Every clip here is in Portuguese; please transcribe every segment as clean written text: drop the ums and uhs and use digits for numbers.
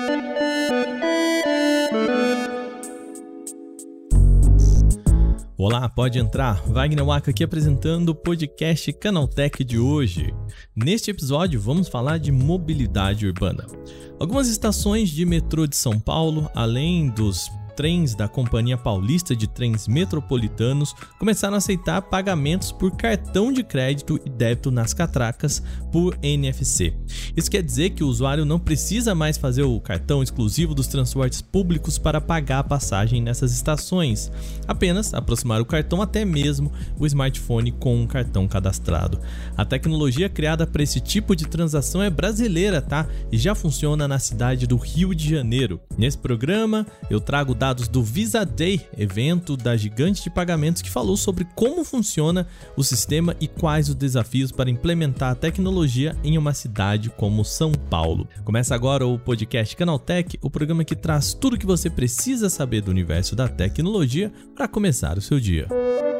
Olá, pode entrar. Wagner Waka aqui apresentando o podcast Canaltech de hoje. Neste episódio vamos falar de mobilidade urbana. Algumas estações de metrô de São Paulo, além dos trens da Companhia Paulista de Trens Metropolitanos, começaram a aceitar pagamentos por cartão de crédito e débito nas catracas por NFC. Isso quer dizer que o usuário não precisa mais fazer o cartão exclusivo dos transportes públicos para pagar a passagem nessas estações, apenas aproximar o cartão até mesmo o smartphone com um cartão cadastrado. A tecnologia criada para esse tipo de transação é brasileira, tá? E já funciona na cidade do Rio de Janeiro. Nesse programa eu trago dados do Visa Day, evento da gigante de pagamentos que falou sobre como funciona o sistema e quais os desafios para implementar a tecnologia em uma cidade como São Paulo. Começa agora o podcast Canaltech, o programa que traz tudo o que você precisa saber do universo da tecnologia para começar o seu dia.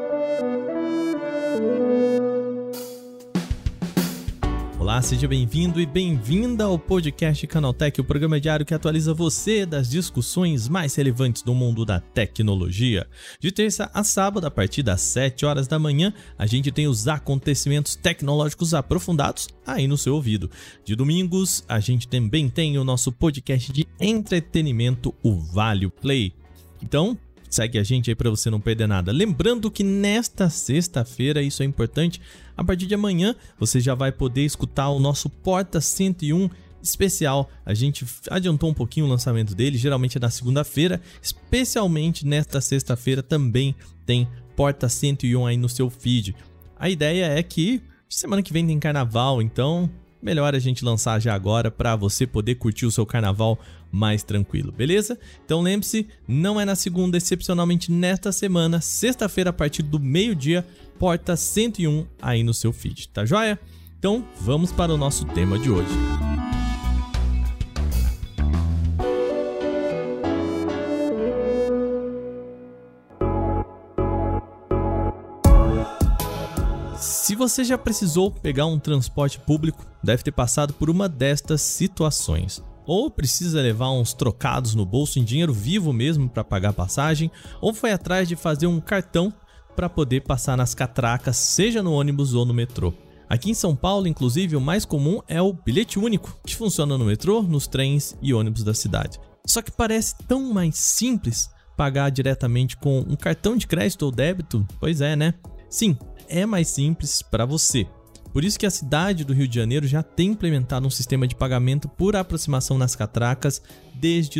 Olá, seja bem-vindo e bem-vinda ao podcast Canaltech, o programa diário que atualiza você das discussões mais relevantes do mundo da tecnologia. De terça a sábado, a partir das 7 horas da manhã, a gente tem os acontecimentos tecnológicos aprofundados aí no seu ouvido. De domingos, a gente também tem o nosso podcast de entretenimento, o Vale Play. Então, segue a gente aí para você não perder nada. Lembrando que nesta sexta-feira, isso é importante, a partir de amanhã você já vai poder escutar o nosso Porta 101 especial. A gente adiantou um pouquinho o lançamento dele, geralmente é na segunda-feira, especialmente nesta sexta-feira também tem Porta 101 aí no seu feed. A ideia é que semana que vem tem carnaval, então melhor a gente lançar já agora para você poder curtir o seu carnaval mais tranquilo, beleza? Então lembre-se, não é na segunda, excepcionalmente nesta semana, sexta-feira a partir do meio-dia, Porta 101 aí no seu feed, tá joia? Então vamos para o nosso tema de hoje. Se você já precisou pegar um transporte público, deve ter passado por uma destas situações. Ou precisa levar uns trocados no bolso em dinheiro vivo mesmo para pagar a passagem, ou foi atrás de fazer um cartão para poder passar nas catracas, seja no ônibus ou no metrô. Aqui em São Paulo, inclusive, o mais comum é o bilhete único, que funciona no metrô, nos trens e ônibus da cidade. Só que parece tão mais simples pagar diretamente com um cartão de crédito ou débito? Pois é, né? Sim, é mais simples para você. Por isso que a cidade do Rio de Janeiro já tem implementado um sistema de pagamento por aproximação nas catracas desde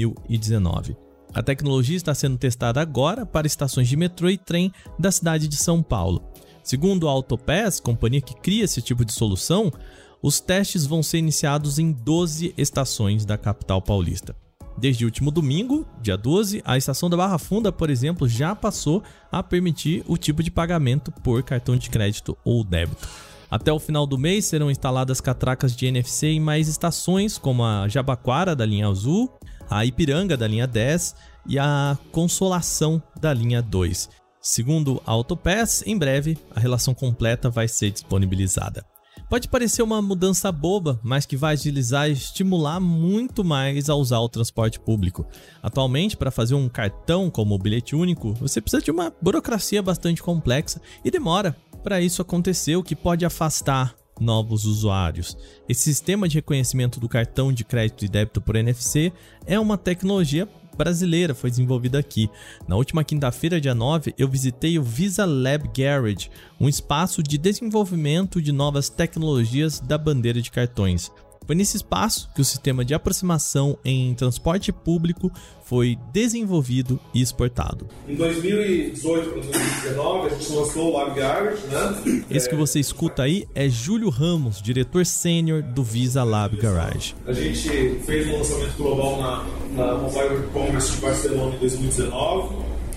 2019. A tecnologia está sendo testada agora para estações de metrô e trem da cidade de São Paulo. Segundo a Autopass, companhia que cria esse tipo de solução, os testes vão ser iniciados em 12 estações da capital paulista. Desde o último domingo, dia 12, a estação da Barra Funda, por exemplo, já passou a permitir o tipo de pagamento por cartão de crédito ou débito. Até o final do mês serão instaladas catracas de NFC em mais estações, como a Jabaquara da linha Azul, a Ipiranga da linha 10 e a Consolação da linha 2. Segundo a Autopass, em breve a relação completa vai ser disponibilizada. Pode parecer uma mudança boba, mas que vai agilizar e estimular muito mais a usar o transporte público. Atualmente, para fazer um cartão como o bilhete único, você precisa de uma burocracia bastante complexa e demora para isso acontecer, o que pode afastar novos usuários. Esse sistema de reconhecimento do cartão de crédito e débito por NFC é uma tecnologia brasileira, foi desenvolvida aqui. Na última quinta-feira, dia 9, eu visitei o Visa Lab Garage, um espaço de desenvolvimento de novas tecnologias da bandeira de cartões. Foi nesse espaço que o sistema de aproximação em transporte público foi desenvolvido e exportado. Em 2018 para 2019, a gente lançou o Lab Garage, né? Esse que você escuta aí é Júlio Ramos, diretor sênior do Visa Lab Garage. A gente fez um lançamento global na Mobile Commerce de Barcelona em 2019.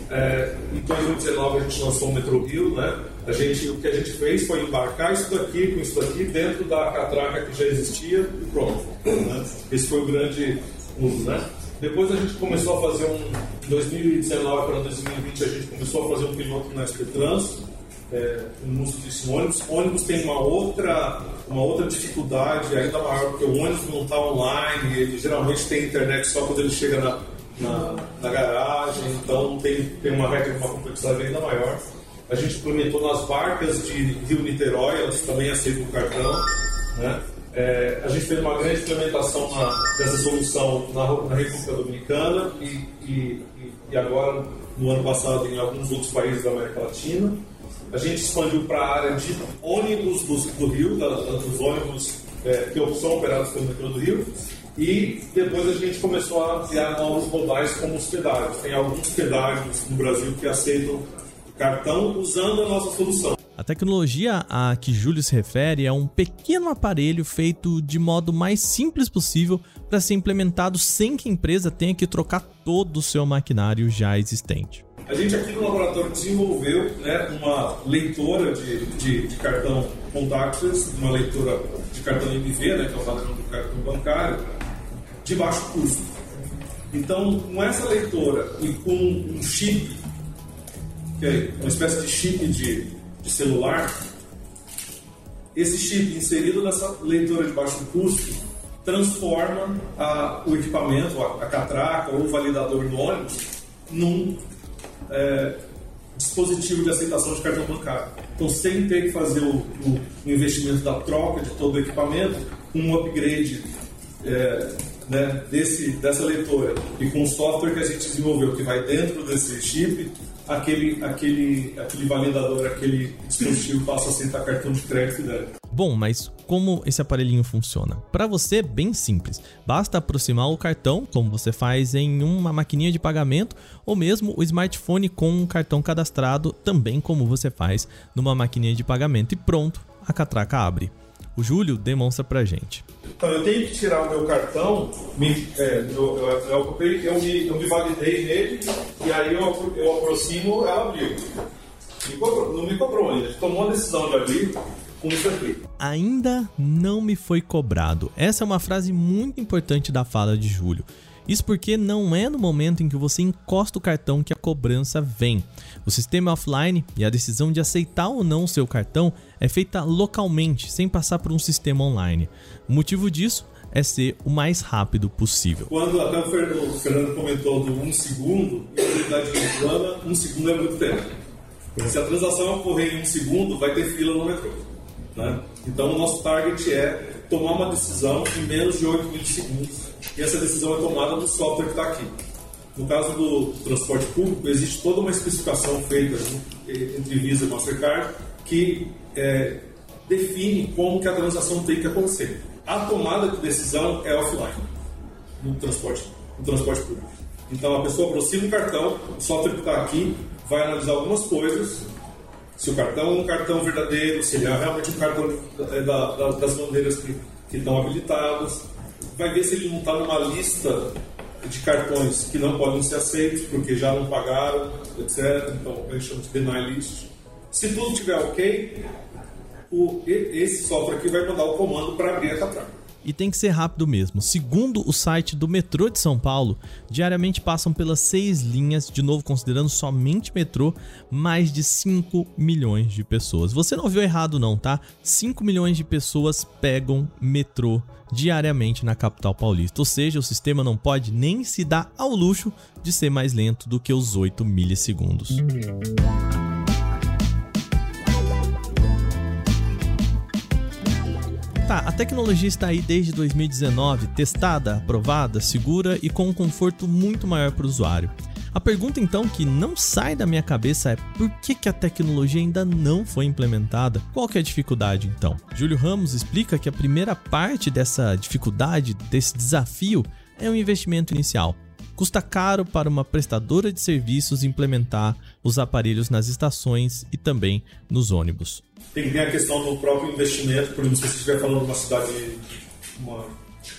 Em 2019 a gente lançou o Metro Rio, né? O que a gente fez foi embarcar isso daqui com isso daqui dentro da catraca que já existia e pronto, né? Esse foi o grande uso, né? Depois a gente começou a fazer em 2019 para 2020 a gente começou a fazer um piloto na SP Trans, no uso disso no ônibus. O ônibus tem uma outra dificuldade ainda maior, porque o ônibus não está online, ele geralmente tem internet só quando ele chega na garagem, então tem uma regra, uma complexidade ainda maior. A gente implementou nas barcas de Rio-Niterói, elas também aceitam o cartão, né? A gente fez uma grande implementação dessa solução na República Dominicana e agora, no ano passado, em alguns outros países da América Latina. A gente expandiu para a área de ônibus do Rio, dos ônibus que são operados pelo metrô do Rio, e depois a gente começou a criar novos modais como os pedágios. Tem alguns pedágios no Brasil que aceitam cartão usando a nossa solução. A tecnologia a que Júlio se refere é um pequeno aparelho feito de modo mais simples possível para ser implementado sem que a empresa tenha que trocar todo o seu maquinário já existente. A gente aqui no laboratório desenvolveu, né, uma leitora de cartão contactless, uma leitora de cartão MV, né, que é o padrão do cartão bancário, de baixo custo. Então, com essa leitora e com um chip, que é uma espécie de chip de celular, esse chip inserido nessa leitora de baixo custo transforma o equipamento, a catraca ou o validador do ônibus num dispositivo de aceitação de cartão bancário. Então, sem ter que fazer o investimento da troca de todo o equipamento, um upgrade dessa leitora e com o software que a gente desenvolveu que vai dentro desse chip, aquele validador, aquele dispositivo passa a aceitar cartão de crédito dele. Bom, mas como esse aparelhinho funciona? Para você é bem simples, basta aproximar o cartão, como você faz em uma maquininha de pagamento, ou mesmo o smartphone com um cartão cadastrado, também como você faz numa maquininha de pagamento, e pronto, a catraca abre. O Júlio demonstra pra gente. Então, eu tenho que tirar o meu cartão, eu me validei nele, e aí eu aproximo, ela abriu. Não me cobrou ainda, tomou a decisão de abrir com isso aqui. Ainda não me foi cobrado. Essa é uma frase muito importante da fala de Júlio. Isso porque não é no momento em que você encosta o cartão que a cobrança vem. O sistema é offline e a decisão de aceitar ou não o seu cartão é feita localmente, sem passar por um sistema online. O motivo disso é ser o mais rápido possível. Quando até o Fernando comentou do 1 segundo, e a realidade plana, 1 segundo é muito tempo. Se a transação ocorrer em 1 segundo, vai ter fila no metrô, né? Então o nosso target é tomar uma decisão em menos de 8 milissegundos. E essa decisão é tomada no software que está aqui. No caso do transporte público, existe toda uma especificação feita entre Visa e Mastercard que define como que a transação tem que acontecer. A tomada de decisão é offline no transporte público. Então a pessoa aproxima o cartão, o software que está aqui vai analisar algumas coisas. Se o cartão é um cartão verdadeiro, se ele é realmente um cartão das bandeiras que estão habilitadas, vai ver se ele não está numa lista de cartões que não podem ser aceitos porque já não pagaram, etc. Então a gente chama de deny list. Se tudo estiver ok, esse software aqui vai mandar o comando para abrir a catraca. E tem que ser rápido mesmo. Segundo o site do metrô de São Paulo, diariamente passam pelas 6 linhas, de novo considerando somente metrô, mais de 5 milhões de pessoas. Você não ouviu errado não, tá? 5 milhões de pessoas pegam metrô diariamente na capital paulista. Ou seja, o sistema não pode nem se dar ao luxo de ser mais lento do que os 8 milissegundos. Tá, a tecnologia está aí desde 2019, testada, aprovada, segura e com um conforto muito maior para o usuário. A pergunta então que não sai da minha cabeça é por que a tecnologia ainda não foi implementada? Qual que é a dificuldade então? Júlio Ramos explica que a primeira parte dessa dificuldade, desse desafio, é um investimento inicial. Custa caro para uma prestadora de serviços implementar os aparelhos nas estações e também nos ônibus. Tem a questão do próprio investimento, por exemplo, se você estiver falando de uma cidade, uma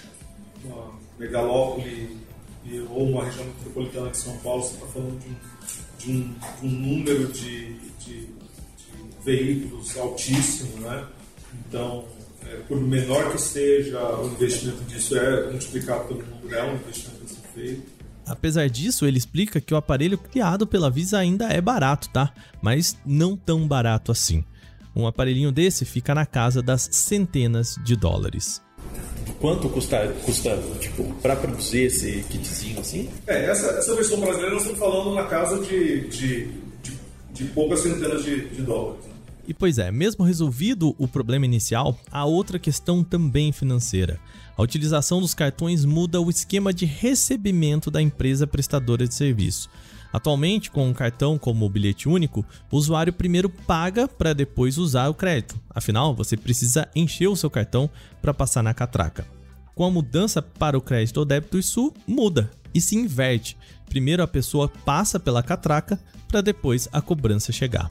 megalópole ou uma região metropolitana de São Paulo, você está falando de um número de veículos altíssimo, né? Então, por menor que seja o investimento disso, é multiplicado pelo mundo, é um investimento a ser feito. Apesar disso, ele explica que o aparelho criado pela Visa ainda é barato, tá? Mas não tão barato assim. Um aparelhinho desse fica na casa das centenas de dólares. Quanto custa tipo, para produzir esse kitzinho assim? Essa versão brasileira nós estamos falando na casa de poucas centenas de dólares. Né? E pois é, mesmo resolvido o problema inicial, há outra questão também financeira. A utilização dos cartões muda o esquema de recebimento da empresa prestadora de serviço. Atualmente, com um cartão como bilhete único, o usuário primeiro paga para depois usar o crédito. Afinal, você precisa encher o seu cartão para passar na catraca. Com a mudança para o crédito ou débito, isso muda e se inverte. Primeiro a pessoa passa pela catraca para depois a cobrança chegar.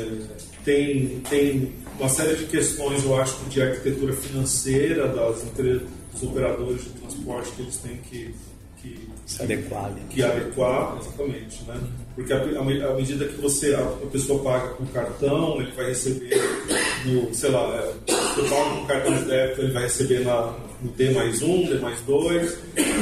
Tem uma série de questões, eu acho, de arquitetura financeira das empresas, dos operadores de transporte que eles têm que adequar, exatamente, né? Porque à medida que a pessoa paga com cartão, ele vai receber se eu pago com cartão de débito, ele vai receber no D+1, D+2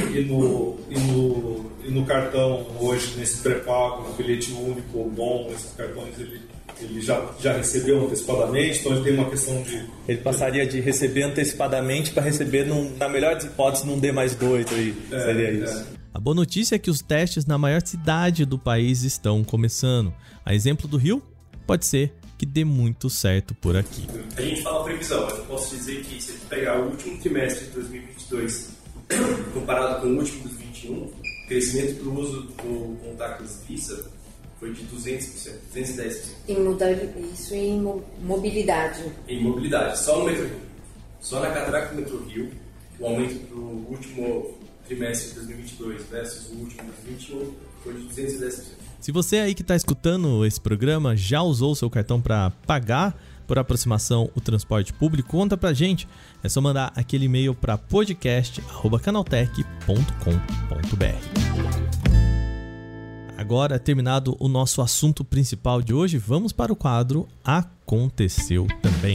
e no cartão hoje, nesse pré-pago, no bilhete único ou bom, esses cartões ele já recebeu antecipadamente, então ele tem uma questão de... Ele passaria de receber antecipadamente para receber, na melhor das hipóteses, num D+2 aí, seria isso. A boa notícia é que os testes na maior cidade do país estão começando. A exemplo do Rio, pode ser que dê muito certo por aqui. A gente fala previsão, mas eu posso dizer que se a gente pegar o último trimestre de 2022 comparado com o último de 2021, o crescimento do uso do contactless Visa foi de 200%, 210%. Isso em mobilidade. Em mobilidade, só no Metro Rio. Só na catraca do Metro Rio, o aumento do último trimestre de 2022 versus o último de 2021 foi de 210%. Se você aí que está escutando esse programa já usou o seu cartão para pagar por aproximação o transporte público, conta pra gente. É só mandar aquele e-mail para podcast@canaltech.com.br. Agora, terminado o nosso assunto principal de hoje, vamos para o quadro Aconteceu Também.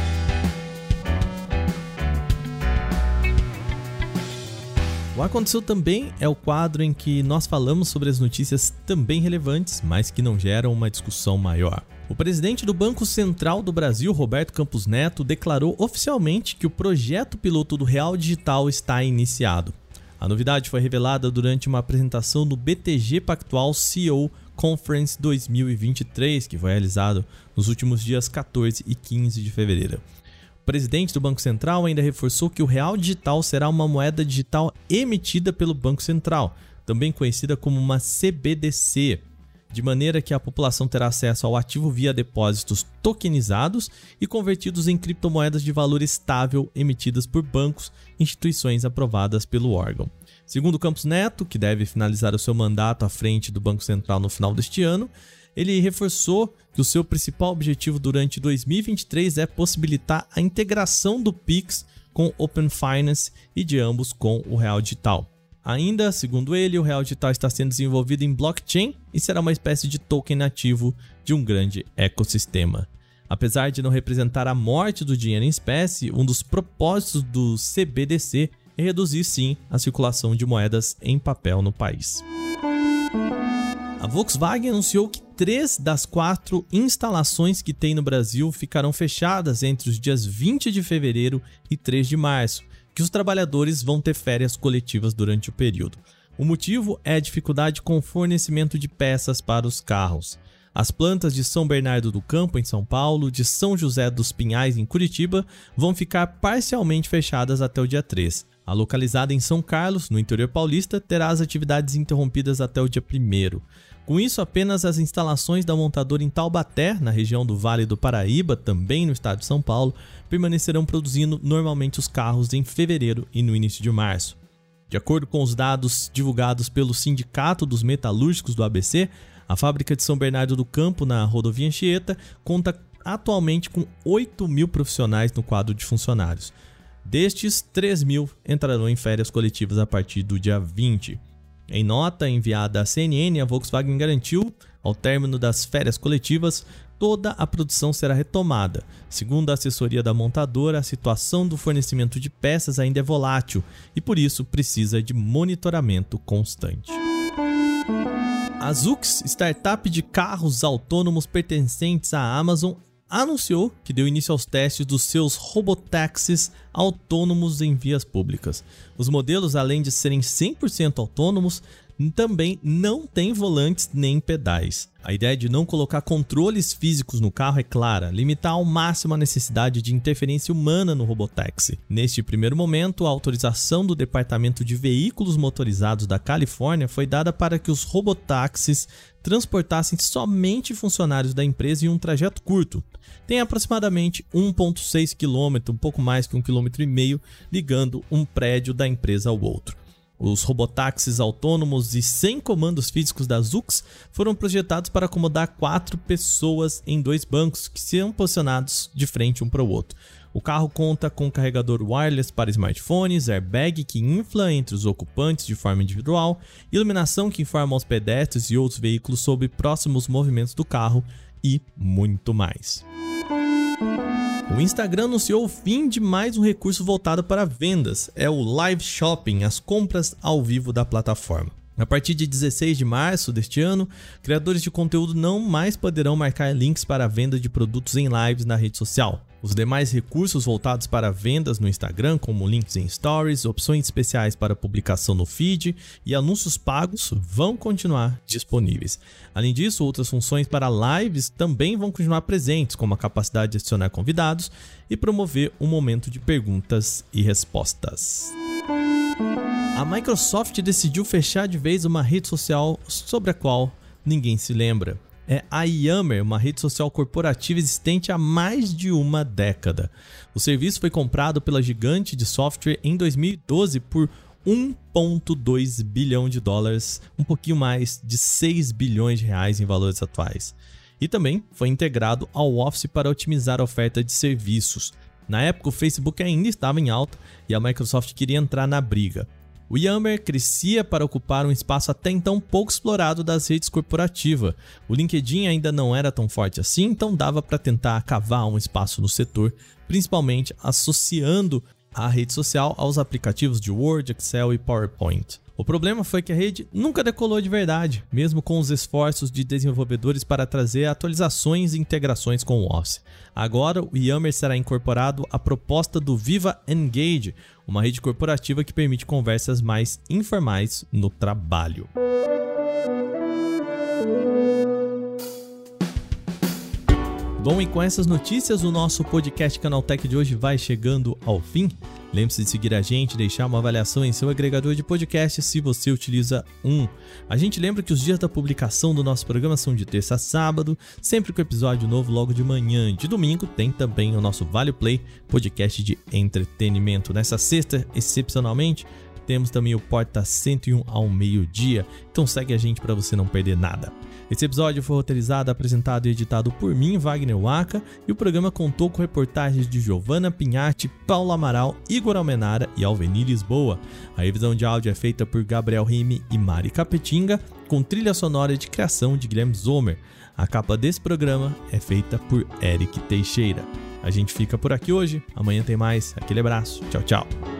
O Aconteceu Também é o quadro em que nós falamos sobre as notícias também relevantes, mas que não geram uma discussão maior. O presidente do Banco Central do Brasil, Roberto Campos Neto, declarou oficialmente que o projeto piloto do Real Digital está iniciado. A novidade foi revelada durante uma apresentação no BTG Pactual CEO Conference 2023, que foi realizado nos últimos dias 14 e 15 de fevereiro. O presidente do Banco Central ainda reforçou que o Real Digital será uma moeda digital emitida pelo Banco Central, também conhecida como uma CBDC, de maneira que a população terá acesso ao ativo via depósitos tokenizados e convertidos em criptomoedas de valor estável emitidas por bancos e instituições aprovadas pelo órgão. Segundo Campos Neto, que deve finalizar o seu mandato à frente do Banco Central no final deste ano, ele reforçou que o seu principal objetivo durante 2023 é possibilitar a integração do Pix com Open Finance e de ambos com o Real Digital. Ainda, segundo ele, o Real Digital está sendo desenvolvido em blockchain e será uma espécie de token nativo de um grande ecossistema. Apesar de não representar a morte do dinheiro em espécie, um dos propósitos do CBDC é reduzir, sim, a circulação de moedas em papel no país. A Volkswagen anunciou que 3 das 4 instalações que tem no Brasil ficarão fechadas entre os dias 20 de fevereiro e 3 de março, que os trabalhadores vão ter férias coletivas durante o período. O motivo é a dificuldade com o fornecimento de peças para os carros. As plantas de São Bernardo do Campo, em São Paulo, de São José dos Pinhais, em Curitiba, vão ficar parcialmente fechadas até o dia 3. A localizada em São Carlos, no interior paulista, terá as atividades interrompidas até o dia 1º. Com isso, apenas as instalações da montadora em Taubaté, na região do Vale do Paraíba, também no estado de São Paulo, permanecerão produzindo normalmente os carros em fevereiro e no início de março. De acordo com os dados divulgados pelo Sindicato dos Metalúrgicos do ABC, a fábrica de São Bernardo do Campo, na rodovia Anchieta, conta atualmente com 8.000 profissionais no quadro de funcionários. Destes, 3.000 entrarão em férias coletivas a partir do dia 20. Em nota enviada à CNN, a Volkswagen garantiu, ao término das férias coletivas, toda a produção será retomada. Segundo a assessoria da montadora, a situação do fornecimento de peças ainda é volátil e, por isso, precisa de monitoramento constante. A Zoox, startup de carros autônomos pertencentes à Amazon, anunciou que deu início aos testes dos seus robotáxis autônomos em vias públicas. Os modelos, além de serem 100% autônomos, também não têm volantes nem pedais. A ideia de não colocar controles físicos no carro é clara, limitar ao máximo a necessidade de interferência humana no robotáxi. Neste primeiro momento, a autorização do Departamento de Veículos Motorizados da Califórnia foi dada para que os robotáxis transportassem somente funcionários da empresa em um trajeto curto. Tem aproximadamente 1,6 km, um pouco mais que 1,5 km, ligando um prédio da empresa ao outro. Os robotáxis autônomos e sem comandos físicos da Zoox foram projetados para acomodar 4 pessoas em 2 bancos que serão posicionados de frente um para o outro. O carro conta com carregador wireless para smartphones, airbag que infla entre os ocupantes de forma individual, iluminação que informa aos pedestres e outros veículos sobre próximos movimentos do carro e muito mais. O Instagram anunciou o fim de mais um recurso voltado para vendas, é o Live Shopping, as compras ao vivo da plataforma. A partir de 16 de março deste ano, criadores de conteúdo não mais poderão marcar links para a venda de produtos em lives na rede social. Os demais recursos voltados para vendas no Instagram, como links em stories, opções especiais para publicação no feed e anúncios pagos, vão continuar disponíveis. Além disso, outras funções para lives também vão continuar presentes, como a capacidade de adicionar convidados e promover um momento de perguntas e respostas. A Microsoft decidiu fechar de vez uma rede social sobre a qual ninguém se lembra. É a Yammer, uma rede social corporativa existente há mais de uma década. O serviço foi comprado pela gigante de software em 2012 por 1,2 bilhão de dólares, um pouquinho mais de 6 bilhões de reais em valores atuais. E também foi integrado ao Office para otimizar a oferta de serviços. Na época, o Facebook ainda estava em alta e a Microsoft queria entrar na briga. O Yammer crescia para ocupar um espaço até então pouco explorado das redes corporativas. O LinkedIn ainda não era tão forte assim, então dava para tentar cavar um espaço no setor, principalmente associando a rede social aos aplicativos de Word, Excel e PowerPoint. O problema foi que a rede nunca decolou de verdade, mesmo com os esforços de desenvolvedores para trazer atualizações e integrações com o Office. Agora, o Yammer será incorporado à proposta do Viva Engage, uma rede corporativa que permite conversas mais informais no trabalho. Bom, e com essas notícias, o nosso podcast Canaltech de hoje vai chegando ao fim. Lembre-se de seguir a gente e deixar uma avaliação em seu agregador de podcast se você utiliza um. A gente lembra que os dias da publicação do nosso programa são de terça a sábado, sempre com episódio novo logo de manhã. De domingo tem também o nosso Vale Play, podcast de entretenimento. Nessa sexta, excepcionalmente, temos também o Porta 101 ao meio-dia, então segue a gente para você não perder nada. Esse episódio foi roteirizado, apresentado e editado por mim, Wagner Waka, e o programa contou com reportagens de Giovanna Pinhatti, Paulo Amaral, Igor Almenara e Alveni Lisboa. A revisão de áudio é feita por Gabriel Rime e Mari Capetinga, com trilha sonora de criação de Guilherme Zomer. A capa desse programa é feita por Eric Teixeira. A gente fica por aqui hoje, amanhã tem mais. Aquele abraço, tchau, tchau.